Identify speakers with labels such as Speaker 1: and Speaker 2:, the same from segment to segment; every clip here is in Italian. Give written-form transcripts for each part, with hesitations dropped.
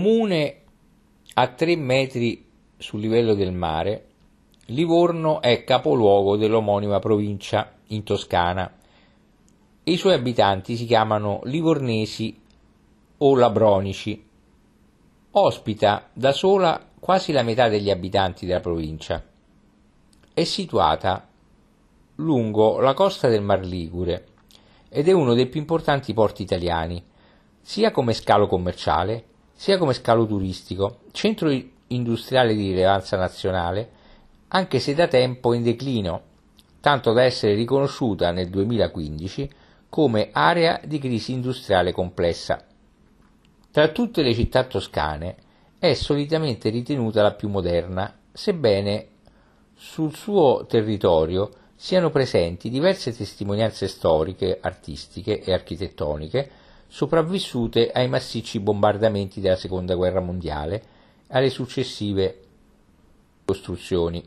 Speaker 1: Comune a 3 metri sul livello del mare, Livorno è capoluogo dell'omonima provincia in Toscana e i suoi abitanti si chiamano livornesi o labronici. Ospita da sola quasi la metà degli abitanti della provincia. È situata lungo la costa del Mar Ligure ed è uno dei più importanti porti italiani, sia come scalo commerciale, sia come scalo turistico, centro industriale di rilevanza nazionale, anche se da tempo in declino, tanto da essere riconosciuta nel 2015 come area di crisi industriale complessa. Tra tutte le città toscane è solitamente ritenuta la più moderna, sebbene sul suo territorio siano presenti diverse testimonianze storiche, artistiche e architettoniche sopravvissute ai massicci bombardamenti della Seconda Guerra Mondiale e alle successive costruzioni.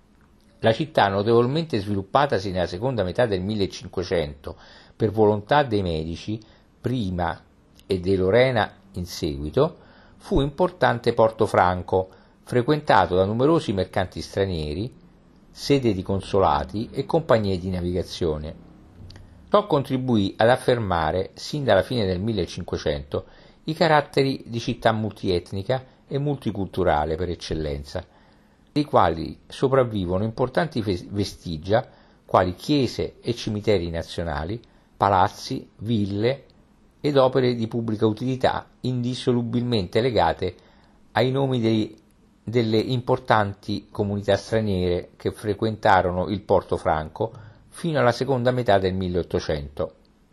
Speaker 1: La città, notevolmente sviluppatasi nella seconda metà del 1500 per volontà dei Medici prima e dei Lorena in seguito, fu importante porto franco, frequentato da numerosi mercanti stranieri, sede di consolati e compagnie di navigazione. Ciò contribuì ad affermare, sin dalla fine del 1500, i caratteri di città multietnica e multiculturale per eccellenza, dei quali sopravvivono importanti vestigia quali chiese e cimiteri nazionali, palazzi, ville ed opere di pubblica utilità indissolubilmente legate ai nomi delle importanti comunità straniere che frequentarono il Porto Franco fino alla seconda metà del 1800.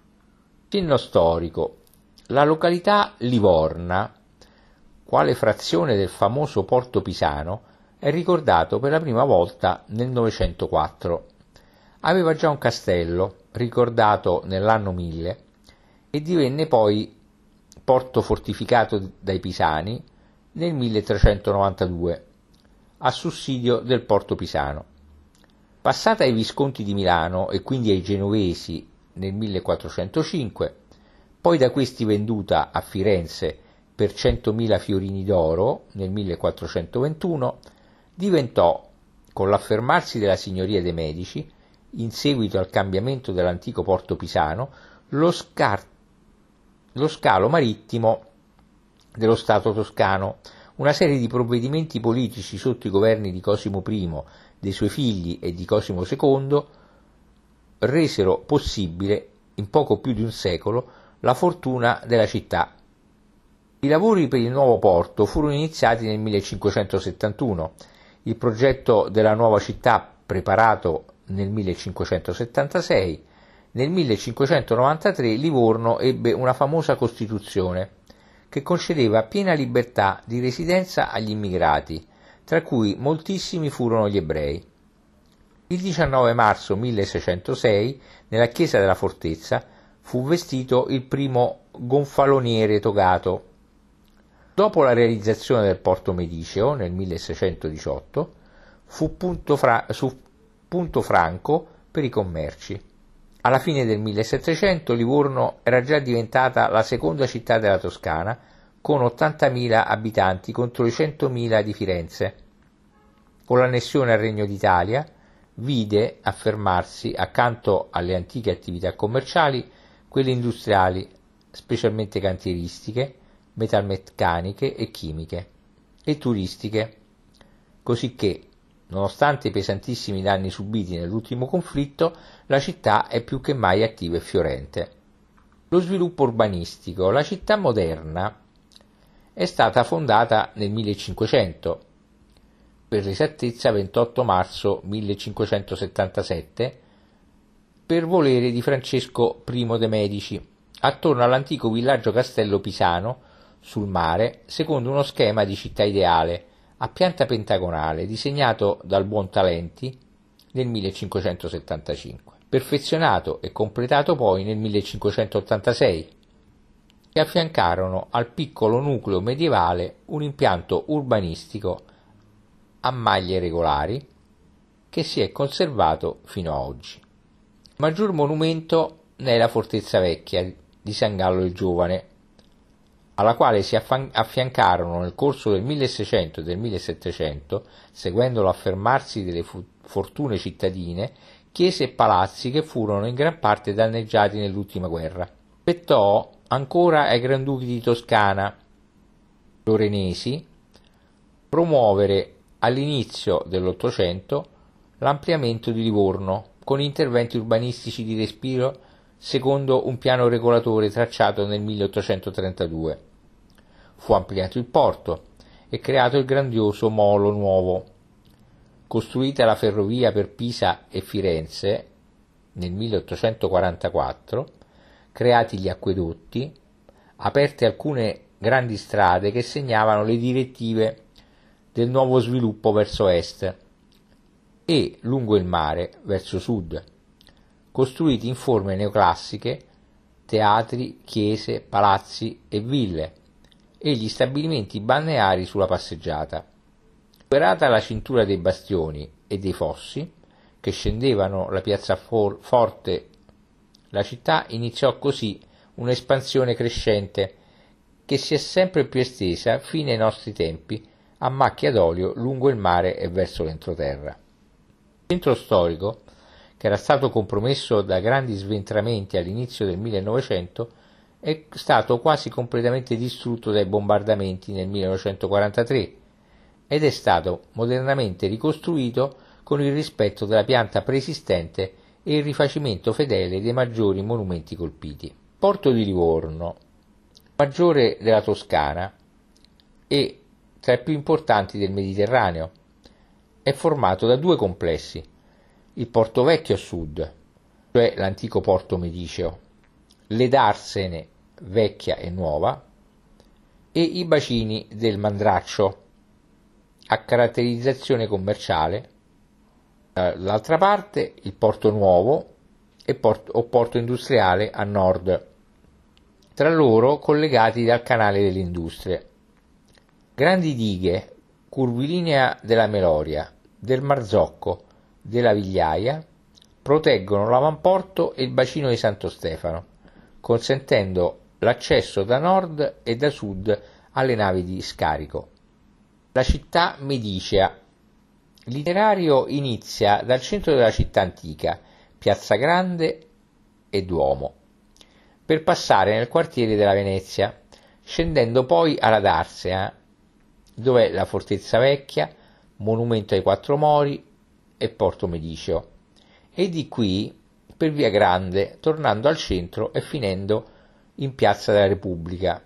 Speaker 1: Cenno storico. La località Livorna, quale frazione del famoso Porto Pisano, è ricordato per la prima volta nel 904. Aveva già un castello, ricordato nell'anno 1000, e divenne poi porto fortificato dai Pisani nel 1392, a sussidio del Porto Pisano. Passata ai Visconti di Milano e quindi ai Genovesi nel 1405, poi da questi venduta a Firenze per 100.000 fiorini d'oro nel 1421, diventò, con l'affermarsi della signoria dei Medici, in seguito al cambiamento dell'antico Porto Pisano, lo scalo marittimo dello Stato toscano. Una serie di provvedimenti politici sotto i governi di Cosimo I, dei suoi figli e di Cosimo II resero possibile, in poco più di un secolo, la fortuna della città. I lavori per il nuovo porto furono iniziati nel 1571, il progetto della nuova città preparato nel 1576, nel 1593 Livorno ebbe una famosa Costituzione che concedeva piena libertà di residenza agli immigrati, tra cui moltissimi furono gli ebrei. Il 19 marzo 1606, nella chiesa della fortezza, fu vestito il primo gonfaloniere togato. Dopo la realizzazione del Porto Mediceo nel 1618, fu punto franco per i commerci. Alla fine del 1700 Livorno era già diventata la seconda città della Toscana, con 80.000 abitanti contro i 100.000 di Firenze. Con l'annessione al Regno d'Italia vide affermarsi, accanto alle antiche attività commerciali, quelle industriali, specialmente cantieristiche, metalmeccaniche e chimiche, e turistiche, cosicché, nonostante i pesantissimi danni subiti nell'ultimo conflitto, la città è più che mai attiva e fiorente. Lo sviluppo urbanistico. La città moderna è stata fondata nel 1500, per esattezza 28 marzo 1577, per volere di Francesco I de' Medici, attorno all'antico villaggio castello pisano sul mare, secondo uno schema di città ideale a pianta pentagonale disegnato dal Buontalenti nel 1575, perfezionato e completato poi nel 1586, e affiancarono al piccolo nucleo medievale un impianto urbanistico a maglie regolari che si è conservato fino ad oggi. Il maggior monumento ne è la Fortezza Vecchia di San Gallo il Giovane, alla quale si affiancarono nel corso del 1600 e del 1700, seguendo l'affermarsi delle fortune cittadine, chiese e palazzi che furono in gran parte danneggiati nell'ultima guerra. Spettò ancora ai Granduchi di Toscana Lorenesi promuovere all'inizio dell'Ottocento l'ampliamento di Livorno con interventi urbanistici di respiro secondo un piano regolatore tracciato nel 1832. Fu ampliato il porto e creato il grandioso Molo Nuovo. Costruita la ferrovia per Pisa e Firenze nel 1844, creati gli acquedotti, aperte alcune grandi strade che segnavano le direttive del nuovo sviluppo verso est e lungo il mare verso sud, costruiti in forme neoclassiche teatri, chiese, palazzi e ville e gli stabilimenti balneari sulla passeggiata. Superata la cintura dei bastioni e dei fossi che scendevano la piazza Forte, la città iniziò così un'espansione crescente che si è sempre più estesa fino ai nostri tempi a macchia d'olio lungo il mare e verso l'entroterra. Il centro storico, che era stato compromesso da grandi sventramenti all'inizio del 1900, è stato quasi completamente distrutto dai bombardamenti nel 1943 ed è stato modernamente ricostruito con il rispetto della pianta preesistente e il rifacimento fedele dei maggiori monumenti colpiti. Porto di Livorno, maggiore della Toscana e tra i più importanti del Mediterraneo, è formato da due complessi: il Porto Vecchio a sud, cioè l'antico Porto Mediceo, le Darsene vecchia e nuova, e i bacini del Mandraccio, a caratterizzazione commerciale, dall'altra parte il Porto Nuovo o Porto Industriale a nord, tra loro collegati dal Canale delle Industrie. Grandi dighe, curvilinea della Meloria, del Marzocco, della Vigliaia, proteggono l'avamporto e il bacino di Santo Stefano, consentendo l'accesso da nord e da sud alle navi di scarico. La città medicea. L'itinerario inizia dal centro della città antica, Piazza Grande e Duomo, per passare nel quartiere della Venezia, scendendo poi alla Darsena, dove è la Fortezza Vecchia, Monumento ai Quattro Mori e Porto Mediceo, e di qui per Via Grande, tornando al centro e finendo in Piazza della Repubblica,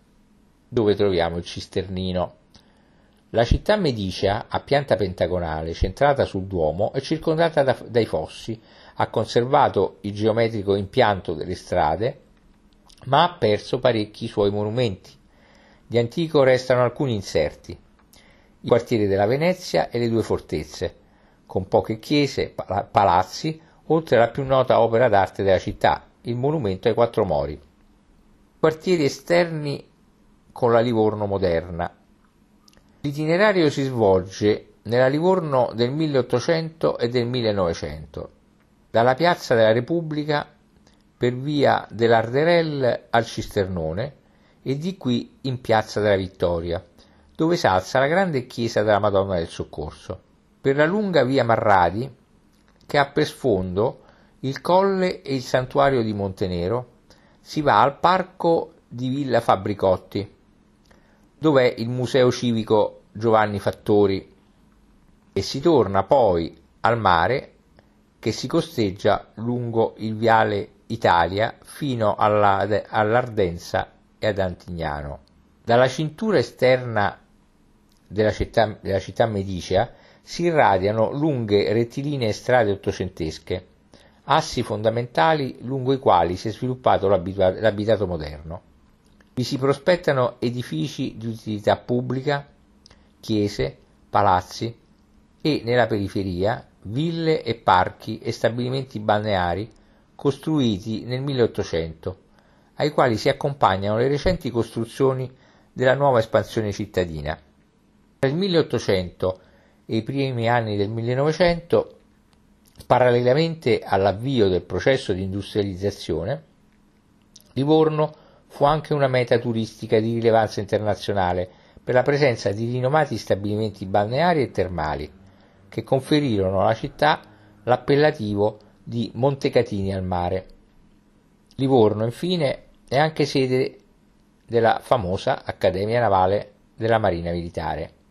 Speaker 1: dove troviamo il Cisternino. La città medicea, a pianta pentagonale, centrata sul Duomo, è circondata dai fossi, ha conservato il geometrico impianto delle strade, ma ha perso parecchi suoi monumenti. Di antico restano alcuni inserti: il quartiere della Venezia e le due fortezze, con poche chiese, palazzi, oltre alla più nota opera d'arte della città, il Monumento ai Quattro Mori. Quartieri esterni con la Livorno moderna. L'itinerario si svolge nella Livorno del 1800 e del 1900, dalla Piazza della Repubblica per via dell'Arderel al Cisternone e di qui in Piazza della Vittoria, dove s'alza la grande chiesa della Madonna del Soccorso, per la lunga via Marradi che ha per sfondo il Colle e il Santuario di Montenero. Si va al parco di Villa Fabbricotti, dov'è il Museo Civico Giovanni Fattori, e si torna poi al mare che si costeggia lungo il viale Italia fino all'Ardenza e ad Antignano. Dalla cintura esterna della città medicea si irradiano lunghe rettilinee strade ottocentesche, assi fondamentali lungo i quali si è sviluppato l'abitato moderno. Vi si prospettano edifici di utilità pubblica, chiese, palazzi e, nella periferia, ville e parchi e stabilimenti balneari costruiti nel 1800, ai quali si accompagnano le recenti costruzioni della nuova espansione cittadina. Tra il 1800 e i primi anni del 1900, parallelamente all'avvio del processo di industrializzazione, Livorno fu anche una meta turistica di rilevanza internazionale per la presenza di rinomati stabilimenti balneari e termali, che conferirono alla città l'appellativo di Montecatini al mare. Livorno, infine, è anche sede della famosa Accademia Navale della Marina Militare.